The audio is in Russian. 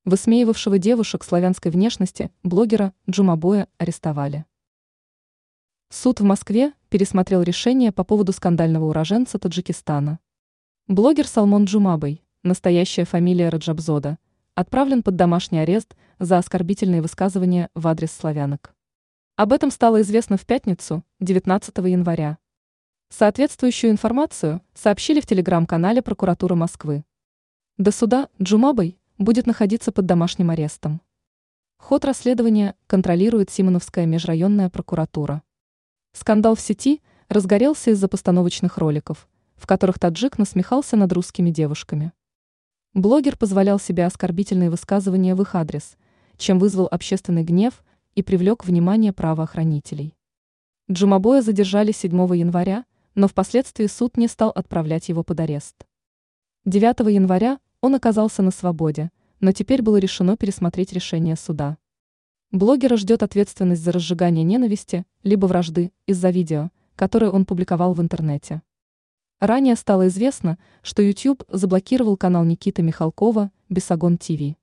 Высмеивавшего девушек славянской внешности блогера Джумабоя арестовали. Суд в Москве пересмотрел решение по поводу скандального уроженца Таджикистана. Блогер Салмон Джумабой, настоящая фамилия Раджабзода, отправлен под домашний арест за оскорбительные высказывания в адрес славянок. Об этом стало известно в пятницу, 19 января. Соответствующую информацию сообщили в телеграм-канале прокуратуры Москвы. До суда Джумабой будет находиться под домашним арестом. Ход расследования контролирует Симоновская межрайонная прокуратура. Скандал в сети разгорелся из-за постановочных роликов, в которых таджик насмехался над русскими девушками. Блогер позволял себе оскорбительные высказывания в их адрес, чем вызвал общественный гнев и привлек внимание правоохранителей. Джумабоя задержали 7 января, но впоследствии суд не стал отправлять его под арест. 9 января он оказался на свободе, но теперь было решено пересмотреть решение суда. Блогера ждет ответственность за разжигание ненависти, либо вражды из-за видео, которое он публиковал в интернете. Ранее стало известно, что YouTube заблокировал канал Никиты Михалкова «Бесогон ТВ».